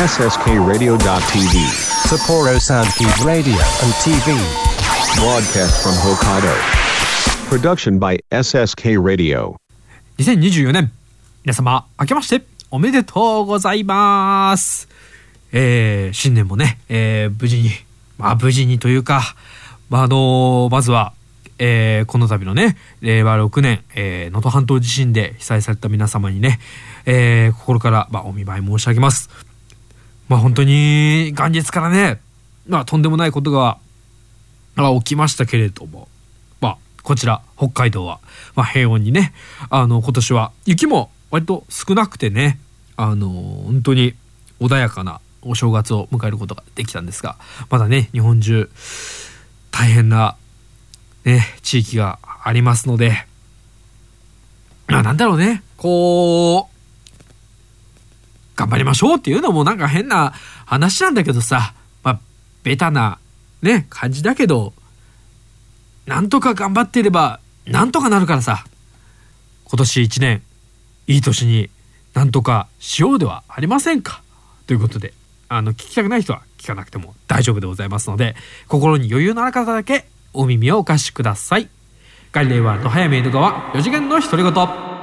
SSKRadio.tv Sapporo Soundkeep Radio and TV Broadcast from Hokkaido Production by SSK Radio 2024年皆様明けましておめでとうございます。新年もね、無事にというか、まずは、この度のね令和6年能登半島地震で被災された皆様にね、心から、お見舞い申し上げます。本当に元日からね、とんでもないことが、起きましたけれども、こちら北海道は、平穏にね、今年は雪も割と少なくてね、本当に穏やかなお正月を迎えることができたんですが、まだね日本中大変な、地域がありますので、なんだろうね、こう頑張りましょうっていうのもなんか変な話なんだけどさ、ベタなね感じだけど、なんとか頑張っていればなんとかなるからさ、今年1年いい年になんとかしようではありませんかということで、聞きたくない人は聞かなくても大丈夫でございますので、心に余裕のある方だけお耳をお貸しください。ガリレイワールド早見江戸川4次元の独り言。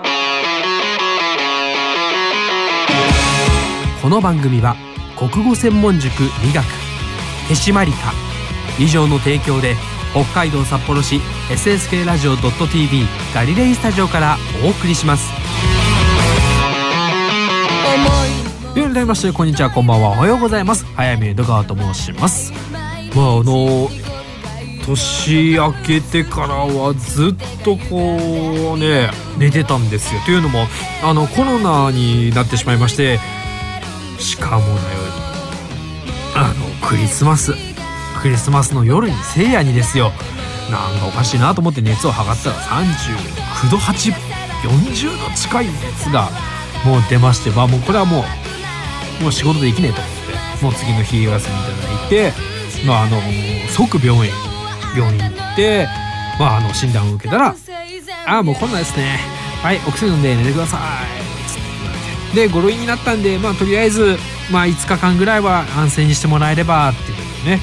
この番組は国語専門塾理学手締まりか以上の提供で北海道札幌市 SSK ラジオ .tv ガリレイスタジオからお送りします。ということでまして、こんにちは、こんばんは、おはようございます。早見江戸川と申します。年明けてからはずっとこうね寝てたんですよ。というのもコロナになってしまいまして、しかもだよ、クリスマスの夜に聖夜にですよ、なんかおかしいなと思って熱を測ったら39度8分、40度近い熱がもう出まして、もうこれはもう仕事できねえと思って、もう次の日お休みいただいて、即病院行って、診断を受けたら、もうこんなですね、はい、お薬飲んで寝てくださいつって言われて、で5類になったんで、とりあえず、5日間ぐらいは安静にしてもらえればっていうことでね、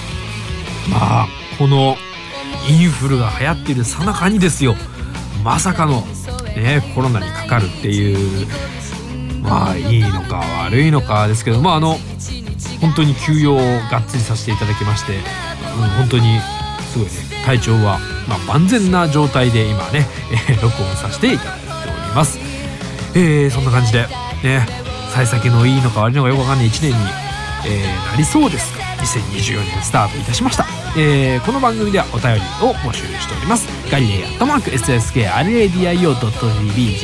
このインフルが流行っている最中にですよ、まさかの、コロナにかかるっていう、いいのか悪いのかですけど、本当に休養をがっつりさせていただきまして、本当にすごいね、体調は、万全な状態で今ね、録音させていただいております。そんな感じでね、幸先のいいのか悪いのかよくわかんない1年に、なりそうですが、2024年スタートいたしました。この番組ではお便りを募集しております。ガリレイ@SSKRADIO.tv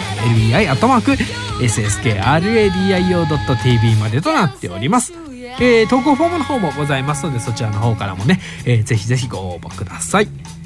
GILLEI@SSKRADIO.tv までとなっております。投稿フォームの方もございますので、そちらの方からもね、ぜひぜひご応募ください。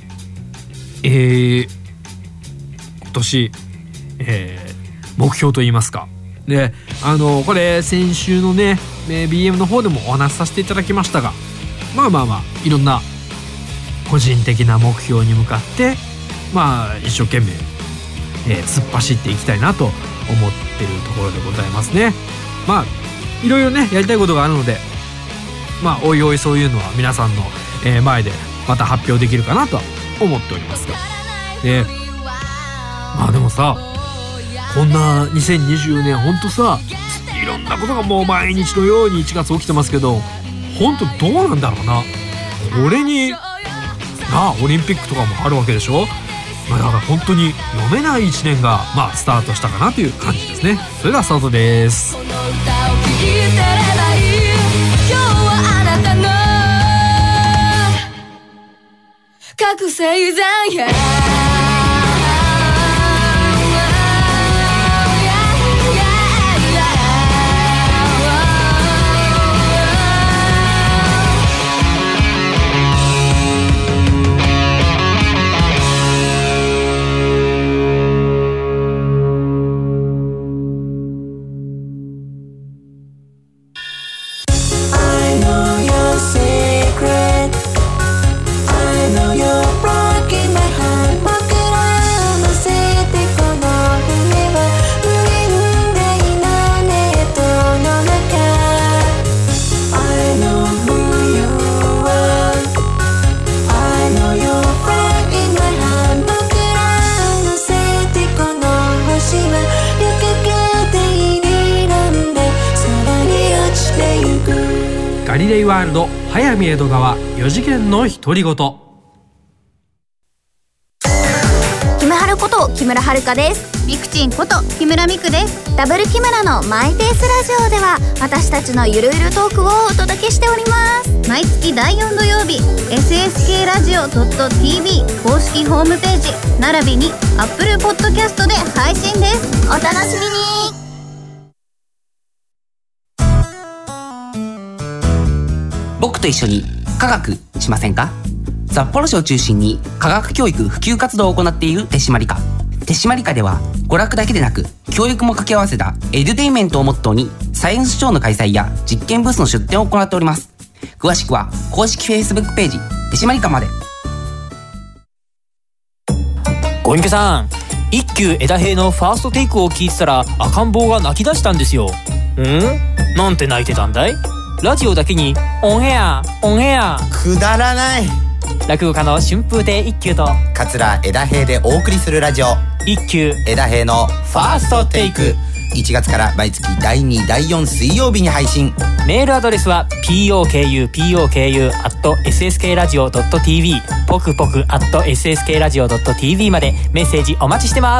今年、目標といいますか、でこれ先週のね、BM の方でもお話しさせていただきましたが、いろんな個人的な目標に向かって一生懸命、突っ走っていきたいなと思ってるところでございますね。いろいろねやりたいことがあるので、おいおいそういうのは皆さんの、前でまた発表できるかなとは思っておりますが、でもさ、こんな2024年ほんとさ、いろんなことがもう毎日のように1月起きてますけど、ほんとどうなんだろうな。これにオリンピックとかもあるわけでしょ。だから本当に読めない1年がスタートしたかなという感じですね。それではスタートです。この歌を聴いてればいい、今日はあなたの覚醒剤や I know you're rocking my heart, but ガリレイワールド早見江戸川4次元の独り言。 キムハルこと木村遥です。 ミクチンこと木村ミクです。 ダブル木村のマイペースラジオでは私たちのゆるゆるトークをお届けしております。 毎月第4土曜日 SSK ラジオ .tv 公式ホームページ並びに Apple Podcast で配信です。 お楽しみに。 僕と一緒に科学しませんか？札幌市を中心に科学教育普及活動を行っている手締まり課。手締まり課では娯楽だけでなく教育も掛け合わせたエデュテイメントをモットーにサイエンスショーの開催や実験ブースの出展を行っております。詳しくは公式 Facebook ページ手締まり課まで。 ご隠居さん、一休枝平のファーストテイクを聞いてたら赤ん坊が泣き出したんですよ。なんて泣いてたんだい？ラジオだけにオンエアくだらない。 落語家の春風亭一休と桂枝平でお送りするラジオ一休枝平のファーストテイク、1月から毎月第2第4水曜日に配信。 メールアドレスは poku@sskradio.tv ポクポク@sskradio.tv までメッセージお待ちしてます。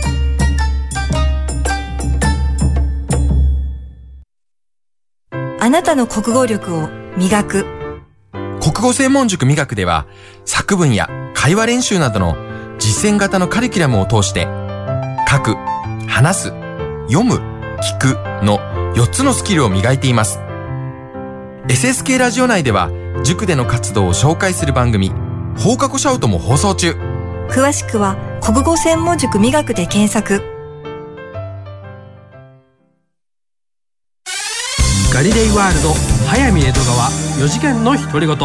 あなたの国語力を磨く国語専門塾磨くでは、作文や会話練習などの実践型のカリキュラムを通して書く、話す、読む、聞くの4つのスキルを磨いています。 SSK ラジオ内では塾での活動を紹介する番組放課後シャウトも放送中。 詳しくは国語専門塾磨くで検索。 ガリレイワールド早見江戸川4次元の独り言。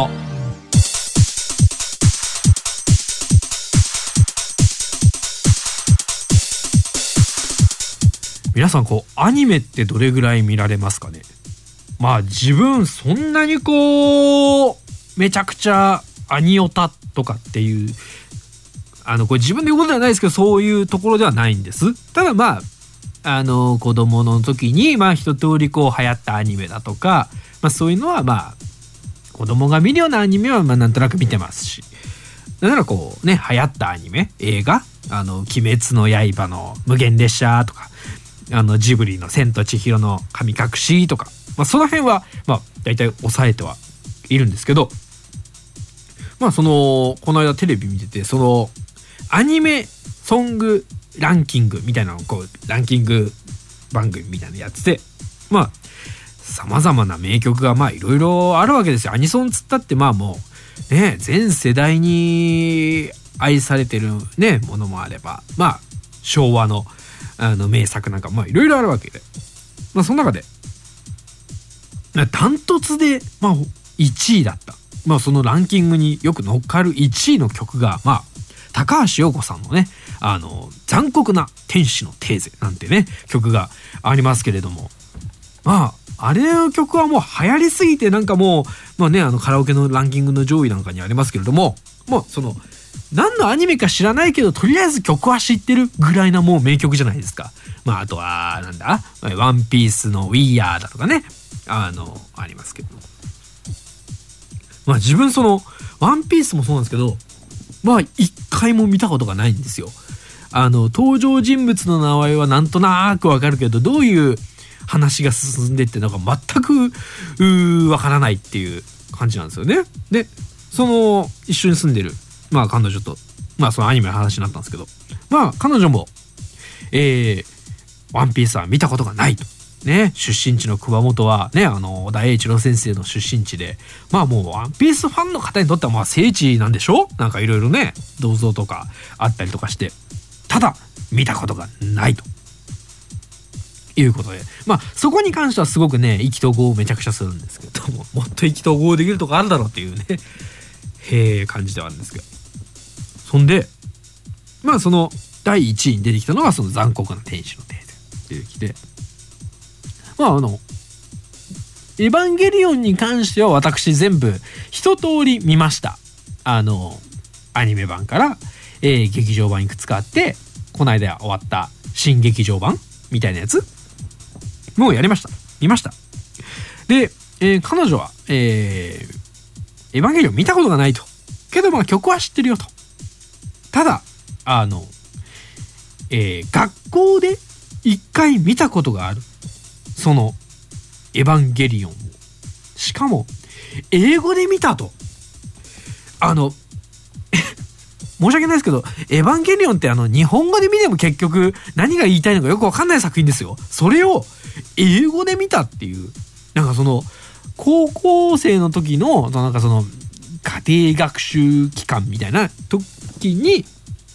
皆さんアニメってどれぐらい見られますかね？まあ自分そんなにめちゃくちゃアニオタとかっていうこれ自分で言うことではないですけど、そういうところではないんです。ただ子供の時に一通り流行ったアニメだとか、そういうのは子供が見るようなアニメはなんとなく見てますし、だから流行ったアニメ映画鬼滅の刃の無限列車とかジブリの千と千尋の神隠しとか、その辺はだいたい抑えてはいるんですけど、この間テレビ見てて、アニメソングランキングみたいなのランキング番組みたいなやつで様々な名曲がいろいろあるわけですよ。アニソンつったってもうね、全世代に愛されてるねものもあれば、昭和の名作なんかいろいろあるわけで、その中でダントツで1位だった、そのランキングによく乗っかる1位の曲が高橋洋子さんのね残酷な天使のテーゼなんてね曲がありますけれども、あれの曲はもう流行りすぎてカラオケのランキングの上位なんかにありますけれども、何のアニメか知らないけどとりあえず曲は知ってるぐらいなもう名曲じゃないですか。あとはワンピースの We Are だとかねありますけど、自分ワンピースもそうなんですけど一回も見たことがないんですよ。登場人物の名前はなんとなくわかるけど、どういう話が進んでって全くわからないっていう感じなんですよね。で一緒に住んでる彼女とそのアニメの話になったんですけど、彼女もワンピースは見たことがないとね、出身地の熊本はね小田栄一郎先生の出身地で、もうワンピースファンの方にとっては聖地なんでしょ。いろいろね銅像とかあったりとかして、ただ見たことがないということで、そこに関してはすごくね意気投合をめちゃくちゃするんですけども、もっと意気投合できるとこあるだろうっていうね感じではあるんですけど、そんでその第1位に出てきたのがその残酷な天使のテーゼ出てきて、エヴァンゲリオンに関しては私全部一通り見ました。アニメ版から、劇場版いくつかあって、この間終わった新劇場版みたいなやつもうやりました、見ました。で、 彼女は、エヴァンゲリオン見たことがないと。けどまあ曲は知ってるよと。ただ学校で一回見たことがあるそのエヴァンゲリオンを、しかも英語で見たと。申し訳ないですけど、エヴァンゲリオンって日本語で見ても結局何が言いたいのかよくわかんない作品ですよ。それを英語で見たっていう、なんかその高校生の時のなんかその家庭学習期間みたいな時に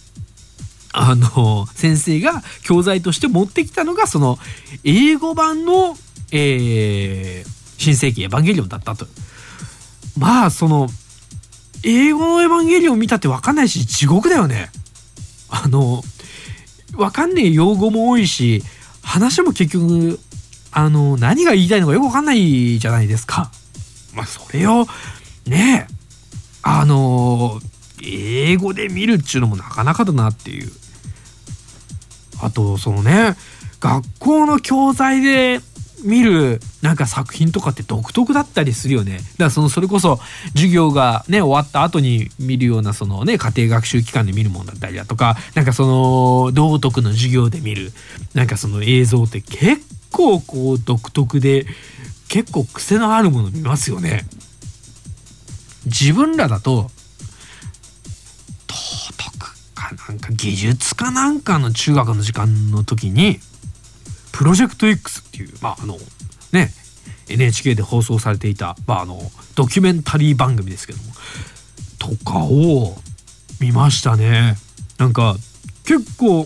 先生が教材として持ってきたのがその英語版の、新世紀エヴァンゲリオンだったと。まあその英語のエヴァンゲリオン見たって分かんないし地獄だよね。分かんねえ用語も多いし話も結局何が言いたいのかよく分かんないじゃないですか。まあそれをね英語で見るっちゅうのもなかなかだなっていう。あとそのね学校の教材で見るなんか作品とかって独特だったりするよね。だからそれこそ授業がね終わった後に見るようなそのね家庭学習機関で見るものだったりだとか、なんかその道徳の授業で見るなんかその映像って結構こう独特で結構癖のあるもの見ますよね。自分らだと道徳かなんか技術かなんかの中学の時間の時にプロジェクト X っていうね NHK で放送されていたドキュメンタリー番組ですけどもとかを見ましたね。なんか結構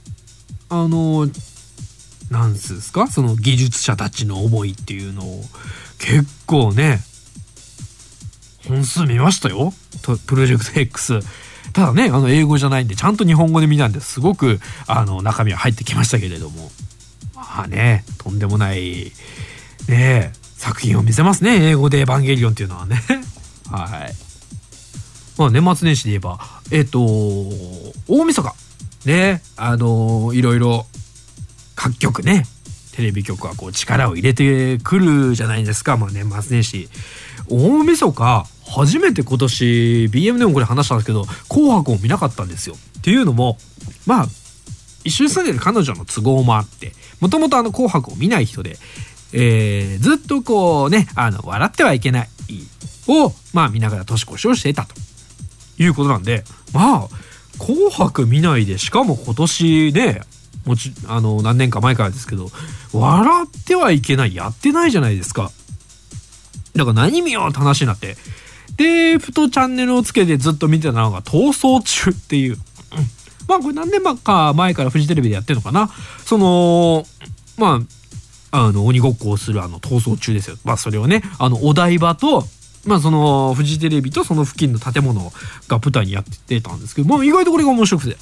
なんですかその技術者たちの思いっていうのを結構ね本数見ましたよプロジェクト X。ただね英語じゃないんでちゃんと日本語で見たんですごく中身は入ってきましたけれども、まあねとんでもないね作品を見せますね英語でエヴァンゲリオンっていうのはねはい。まあ年末年始で言えば大晦日ねいろいろ各局ねテレビ局はこう力を入れてくるじゃないですか。まあ年末年始大晦日初めて今年 BM でもこれ話したんですけど紅白を見なかったんですよ。っていうのもまあ一緒に住んでる彼女の都合もあってもともと紅白を見ない人で、ずっとこうね笑ってはいけないをまあ見ながら年越しをしていたということなんで、まあ紅白見ないでしかも今年ね何年か前からですけど笑ってはいけないやってないじゃないですか。だから何見ようって話になってでふとチャンネルをつけてずっと見てたのが逃走中っていう、まあこれ何年か前からフジテレビでやってるのかな。そのまあ鬼ごっこをする逃走中ですよ。まあそれをねお台場とまあそのフジテレビとその付近の建物が舞台にやってたんですけど、まあ意外とこれが面白くて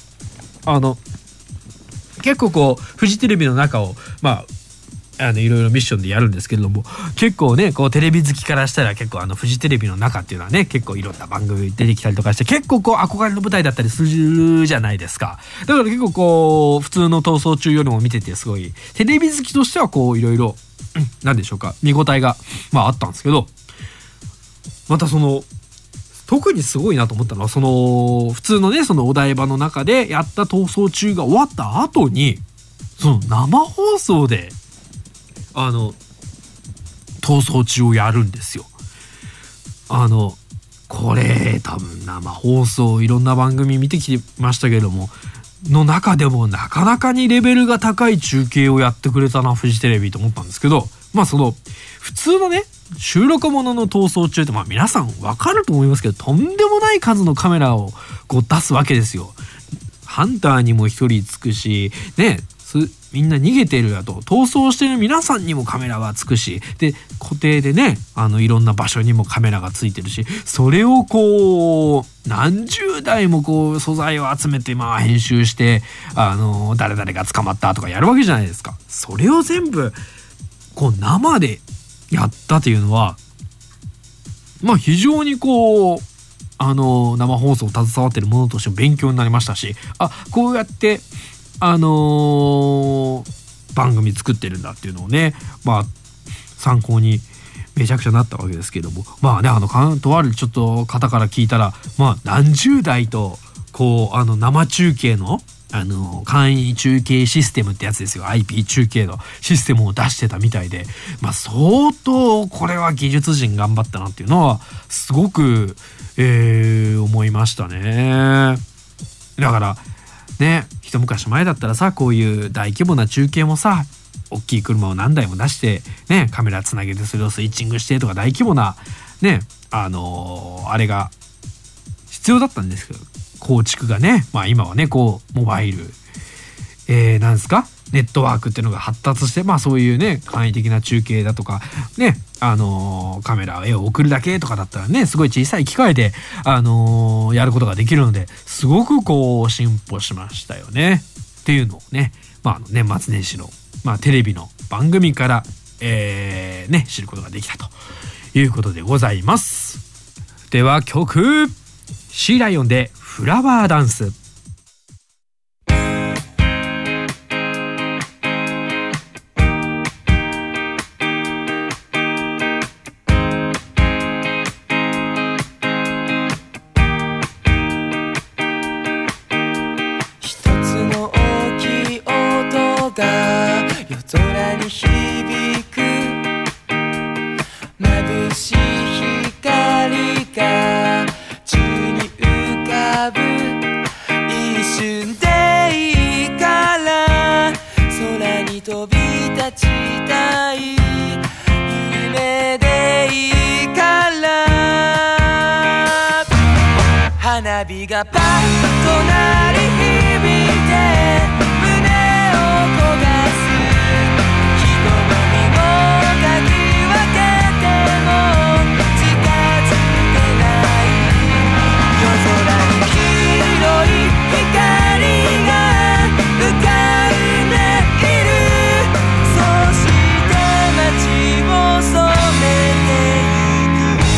結構こうフジテレビの中をまあいろいろミッションでやるんですけれども結構ねこうテレビ好きからしたら結構フジテレビの中っていうのはね結構いろんな番組出てきたりとかして結構こう憧れの舞台だったりするじゃないですか。だから結構こう普通の逃走中よりも見ててすごいテレビ好きとしてはこういろいろ何でしょうか見応えがまああったんですけど、またその特にすごいなと思ったのはその普通のねそのお台場の中でやった逃走中が終わった後にその生放送で逃走中をやるんですよ。これ多分生放送いろんな番組見てきましたけれどもの中でもなかなかにレベルが高い中継をやってくれたなフジテレビと思ったんですけど、まあその普通のね収録ものの逃走中ってまあ皆さんわかると思いますけどとんでもない数のカメラをこう出すわけですよ。ハンターにも一人つくしねみんな逃げてるやと逃走してる皆さんにもカメラはつくしで固定でねいろんな場所にもカメラがついてるしそれをこう何十台もこう素材を集めてまあ編集して誰々が捕まったとかやるわけじゃないですか。それを全部こう生でやったというのはまあ非常にこう生放送を携わってるものとしても勉強になりましたしこうやって番組作ってるんだっていうのをねまあ参考にめちゃくちゃなったわけですけども、まあねとあるちょっと方から聞いたら、まあ何十台とこう生中継の簡易中継システムってやつですよ。 IP 中継のシステムを出してたみたいで、まあ相当これは技術陣頑張ったなっていうのはすごく、思いましたね。だからね、一昔前だったらさ、こういう大規模な中継もさ、大きい車を何台も出してね、カメラつなげてそれをスイッチングしてとか大規模なね、あれが必要だったんですけど、構築がね、まあ今はねこうモバイル、なんですか、ネットワークっていうのが発達して、まあそういうね簡易的な中継だとかね、カメラ絵を送るだけとかだったらね、すごい小さい機械でやることができるので、すごくこう進歩しましたよねっていうのをね、まあ年末年始のまあテレビの番組から、ね知ることができたということでございます。では曲、シーライオンでフラワーダンス。 一つの大きい音が夜空に響く、眩しい光が宙に浮かぶ、一瞬でいいから空に飛び立ちたい、夢でいいから花火がパッと鳴り響いて胸を焦がす、人混みをかき分けても近づけない、夜空に黄色い光が浮かんでいる、そして街を染めてゆく。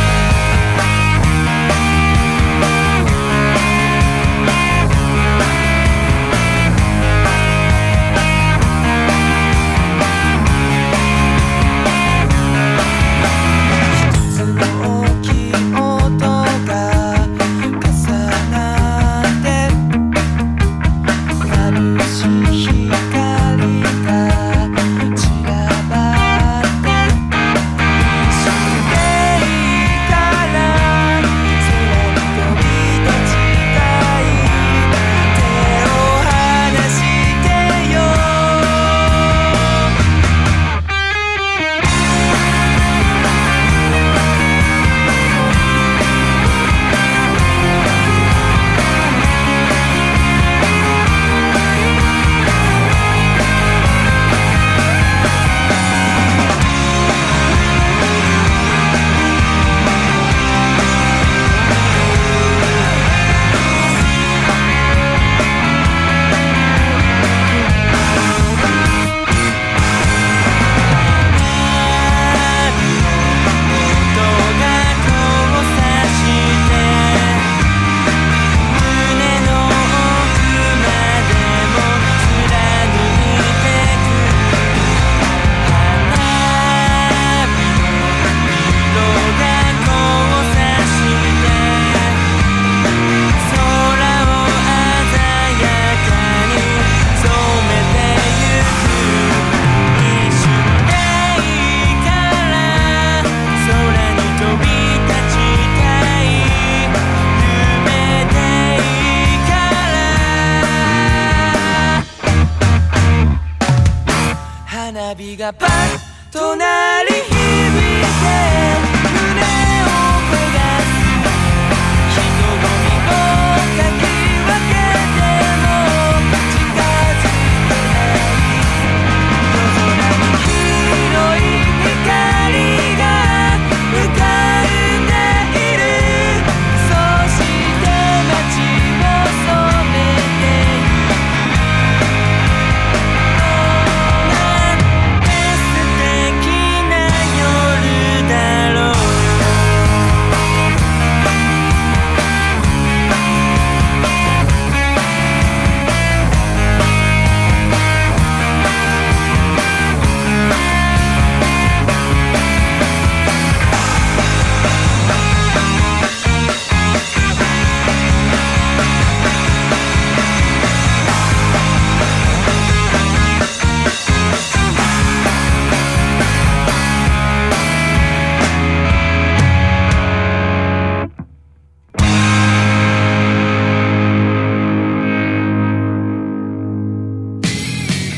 花火がパッと鳴り響いて胸を焦がす、人混みをかき分けても近づけない、夜空に黄色い光が浮かんでいる、そして街を染めてゆく。なんて素敵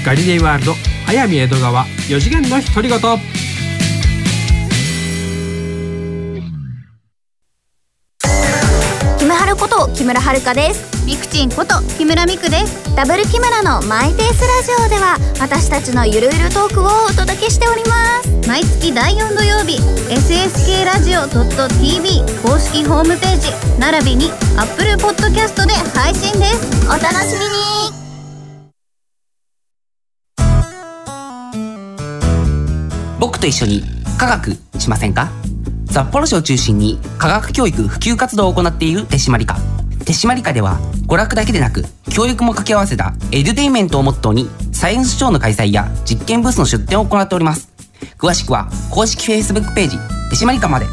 ガリレイワールド早見江戸川4次元の独り言。 キムハルこと木村遥です。 ミクチンこと木村ミクです。 ダブル木村のマイペースラジオでは私たちのゆるゆるトークをお届けしております。 毎月第4土曜日 SSK ラジオ .tv 公式ホームページ並びに Apple Podcast で配信です。 お楽しみに。 僕と一緒に科学しませんか？札幌市を中心に科学教育普及活動を行っている手締まり課。手締まり課では娯楽だけでなく教育も掛け合わせたエデュテインメントをモットーにサイエンスショーの開催や実験ブースの出展を行っております。詳しくは公式 Facebook ページ手締まり課まで。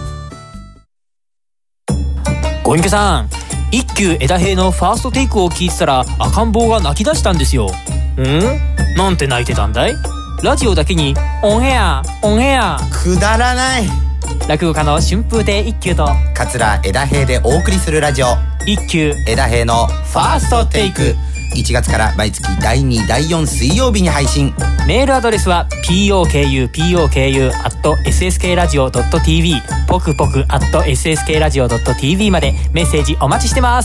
ご隠居さん、一休枝平のファーストテイクを聞いてたら赤ん坊が泣き出したんですよ。なんて泣いてたんだい？ラジオだけにオンエアくだらない。 落語家の春風亭一休と桂枝平でお送りするラジオ一休枝平のファーストテイク、1月から毎月第2第4水曜日に配信。 メールアドレスは poku@sskradio.tv ポクポク@sskradio.tv までメッセージお待ちしてます。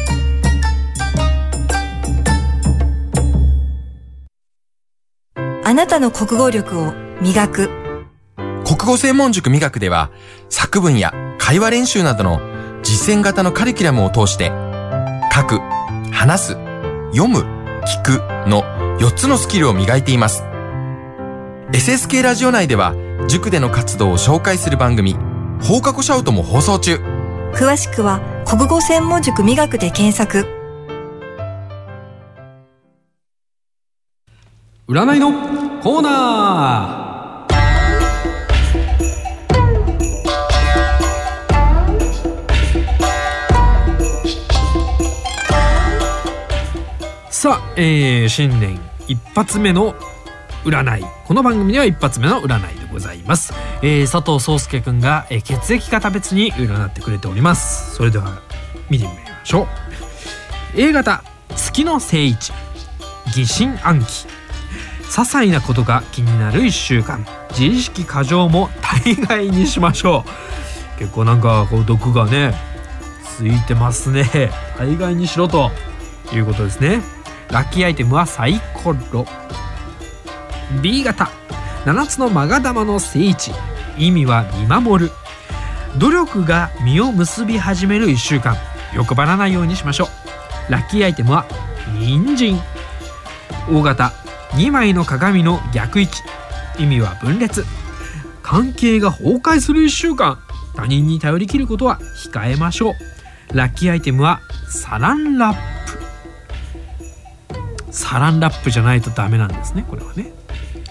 あなたの国語力を磨く国語専門塾磨くでは、作文や会話練習などの実践型のカリキュラムを通して、書く、話す、読む、聞くの4つのスキルを磨いています。SSK ラジオ内では、塾での活動を紹介する番組、放課後シャウトも放送中。 詳しくは国語専門塾磨くで検索。 占いのコーナー。さあ、新年一発目の占い。この番組では一発目の占いでございます。佐藤壮介くんが、血液型別に占ってくれております。それでは見てみましょう。A 型、月の正位置、疑心暗鬼。些細なことが気になる1週間。自意識過剰も大概にしましょう。結構なんかこう毒がねついてますね。大概にしろということですね。ラッキーアイテムはサイコロ。 B 型、7つの勾玉の正位置、意味は見守る。努力が実を結び始める1週間。欲張らないようにしましょう。ラッキーアイテムは人参。 O 型、2枚の鏡の逆位置、意味は分裂。関係が崩壊する1週間。他人に頼り切ることは控えましょう。ラッキーアイテムはサランラップ。サランラップじゃないとダメなんですね。これはね、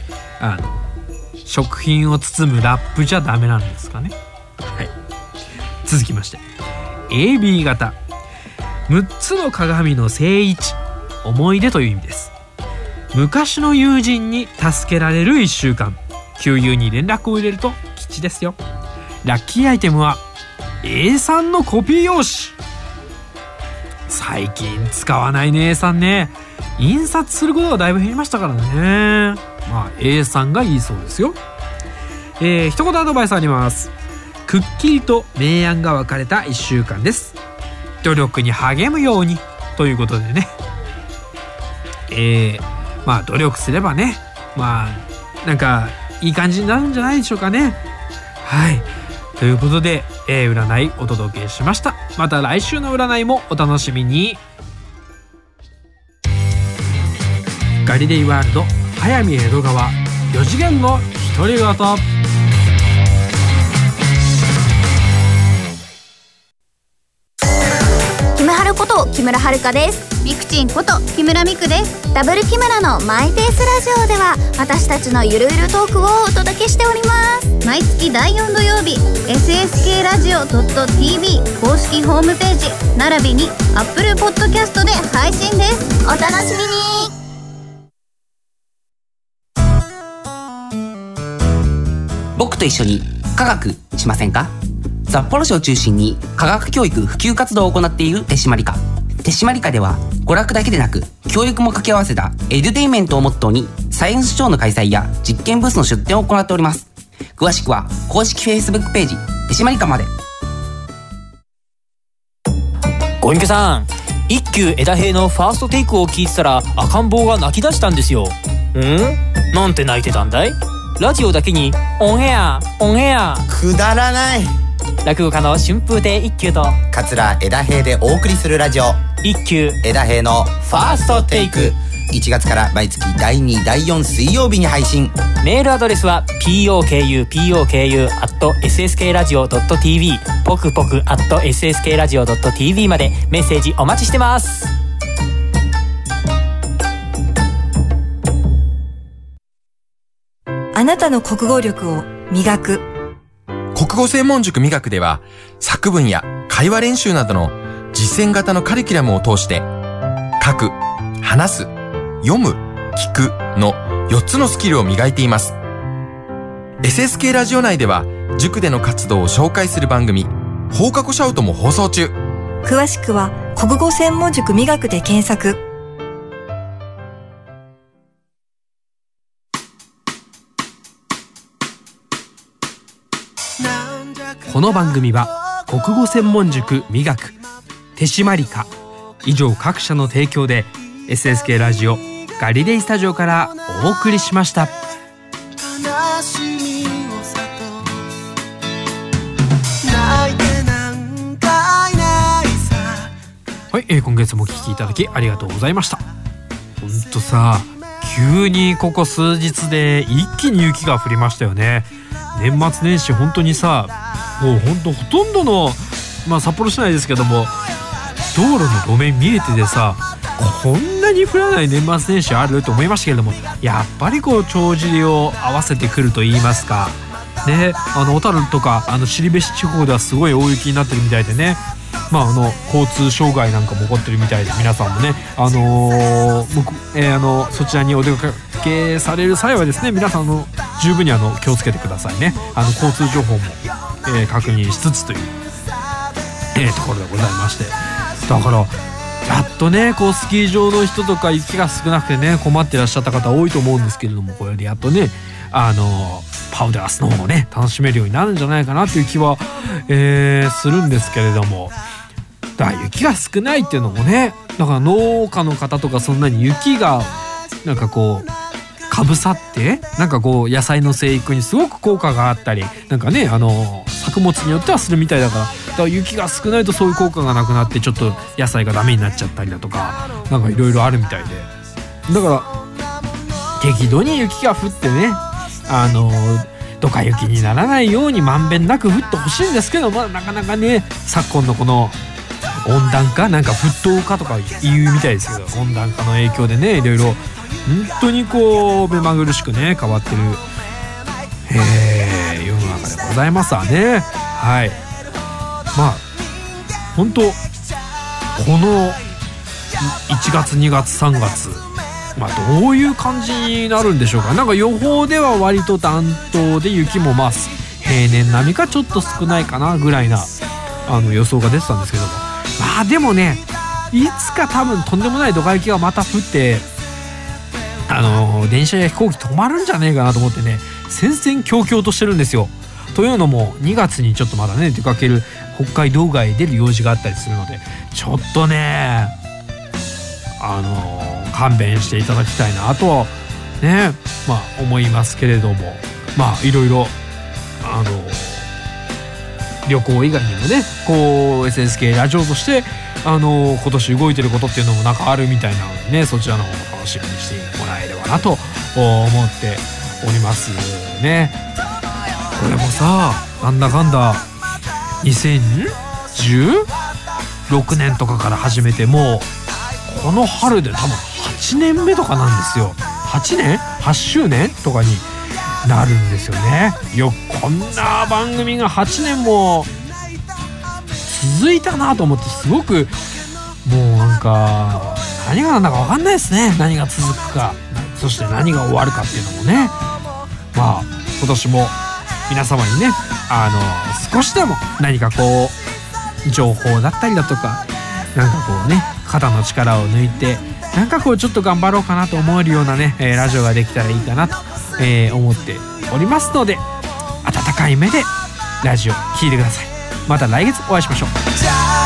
食品を包むラップじゃダメなんですかね。はい、続きまして AB 型、6つの鏡の正位置、思い出という意味です。昔の友人に助けられる1週間。旧友に連絡を入れると吉ですよ。ラッキーアイテムは A3 のコピー用紙。最近使わないね A3 ね。印刷することがだいぶ減りましたからね。まあ A3 がいいそうですよ。一言アドバイスあります。くっきりと明暗が分かれた1週間です。努力に励むようにということでね、まあ努力すればね、まあなんかいい感じになるんじゃないでしょうかね。はい、ということで、占いお届けしました。また来週の占いもお楽しみに。ガリレイワールド早見江戸川4次元の独り言。 キムハルこと木村遥です。 ミクチンこと木村ミクです。 ダブル木村のマイペースラジオでは私たちのゆるゆるトークをお届けしております。 毎月第4土曜日 SSK ラジオ .tv 公式ホームページ並びに Apple Podcast で配信です。 お楽しみに。 僕と一緒に科学しませんか？札幌市を中心に科学教育普及活動を行っている手締まり課。手手締まり課では娯楽だけでなく教育も掛け合わせたエデュテインメントをモットーにサイエンスショーの開催や実験ブースの出展を行っております。詳しくは公式 Facebook ページ手締まり課まで。 ご隠居さん、一休枝平のファーストテイクを聞いてたら赤ん坊が泣き出したんですよ。なんて泣いてたんだい？ラジオだけにオンエアくだらない。 落語家の春風亭一休と桂枝平でお送りするラジオ一休枝平のファーストテイク、1月から毎月第2第4水曜日に配信。 メールアドレスは poku@sskradio.tv ポクポク@sskradio.tv までメッセージお待ちしてます。 あなたの国語力を磨く。 国語専門塾磨くでは、作文や会話練習などの実践型のカリキュラムを通して、書く、話す、読む、聞くの4つのスキルを磨いています。SSK ラジオ内では、塾での活動を紹介する番組、放課後シャウトも放送中。 詳しくは国語専門塾磨くで検索。 この番組は国語専門塾磨く、手締まり課以上各社の提供で SSK ラジオガリレイスタジオからお送りしました。はい、今月もお聞きいただきありがとうございました。ほんとさ、急にここ数日で一気に雪が降りましたよね。年末年始本当にさ、もうほとんどの、札幌市内ですけども道路の路面見えててさ、こんなに降らない年末年始あると思いましたけれども、やっぱりこう帳尻を合わせてくると言いますかね、小樽とか後志地方ではすごい大雪になってるみたいでね、交通障害なんかも起こってるみたいで、皆さんもね、そちらにお出かけされる際はですね、皆さん十分に気をつけてくださいね。交通情報も、確認しつつという、ところでございまして、だからやっとね、こうスキー場の人とか雪が少なくてね困ってらっしゃった方多いと思うんですけれども、これでやっとねパウダースノーをね楽しめるようになるんじゃないかなという気は、するんですけれども、だから雪が少ないっていうのもね、だから農家の方とかそんなに雪がなんかこうかぶさってなんかこう野菜の生育にすごく効果があったりなんかね、作物によってはするみたいだから、雪が少ないとそういう効果がなくなってちょっと野菜がダメになっちゃったりだとか、なんかいろいろあるみたいで、だから適度に雪が降ってね、ドカ雪にならないようにまんべんなく降ってほしいんですけど、なかなかね、昨今のこの温暖化なんか沸騰化とか言うみたいですけど、温暖化の影響でね、いろいろ本当にこう目まぐるしくね変わってる、世の中でございますわね。はい、本当この1月2月3月、どういう感じになるんでしょうか。なんか予報では割と暖冬で雪も平年並みかちょっと少ないかなぐらいな予想が出てたんですけども、でもね、いつか多分とんでもないドカ雪がまた降って電車や飛行機止まるんじゃねえかなと思ってね、戦々恐々としてるんですよ。というのも2月にちょっとまだね出かける北海道外へ出る用事があったりするので、ちょっとね勘弁していただきたいなとはね思いますけれども、いろいろ旅行以外にもねこう SSK ラジオとして今年動いてることっていうのもなんかあるみたいなのでね、そちらの方も楽しみにしてもらえればなと思っておりますね。これもさ、なんだかんだ2016年とかから始めて、もうこの春で多分8年目とかなんですよ。8周年とかになるんですよね。こんな番組が8年も続いたなと思って、すごくもうなんか何がなんだか分かんないですね。何が続くか、そして何が終わるかっていうのもね、今年も皆様にね少しでも何かこう情報だったりだとか、なんかこうね肩の力を抜いてなんかこうちょっと頑張ろうかなと思えるようなね、ラジオができたらいいかなと、思っておりますので、温かい目でラジオ聴いてください。また来月お会いしましょう。